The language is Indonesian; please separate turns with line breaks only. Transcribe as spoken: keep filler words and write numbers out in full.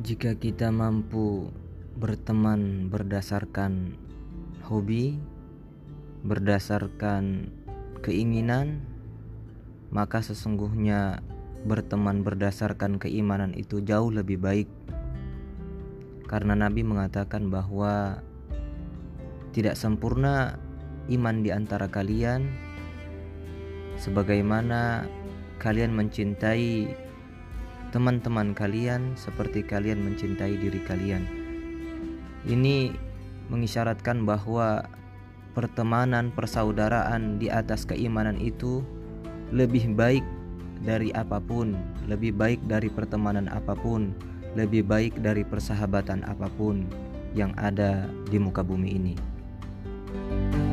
Jika kita mampu berteman berdasarkan hobi, berdasarkan keinginan, maka sesungguhnya berteman berdasarkan keimanan itu jauh lebih baik. Karena Nabi mengatakan bahwa tidak sempurna iman di antara kalian sebagaimana kalian mencintai teman-teman kalian seperti kalian mencintai diri kalian. Ini mengisyaratkan bahwa pertemanan, persaudaraan di atas keimanan itu lebih baik dari apapun, lebih baik dari pertemanan apapun, lebih baik dari persahabatan apapun yang ada di muka bumi ini.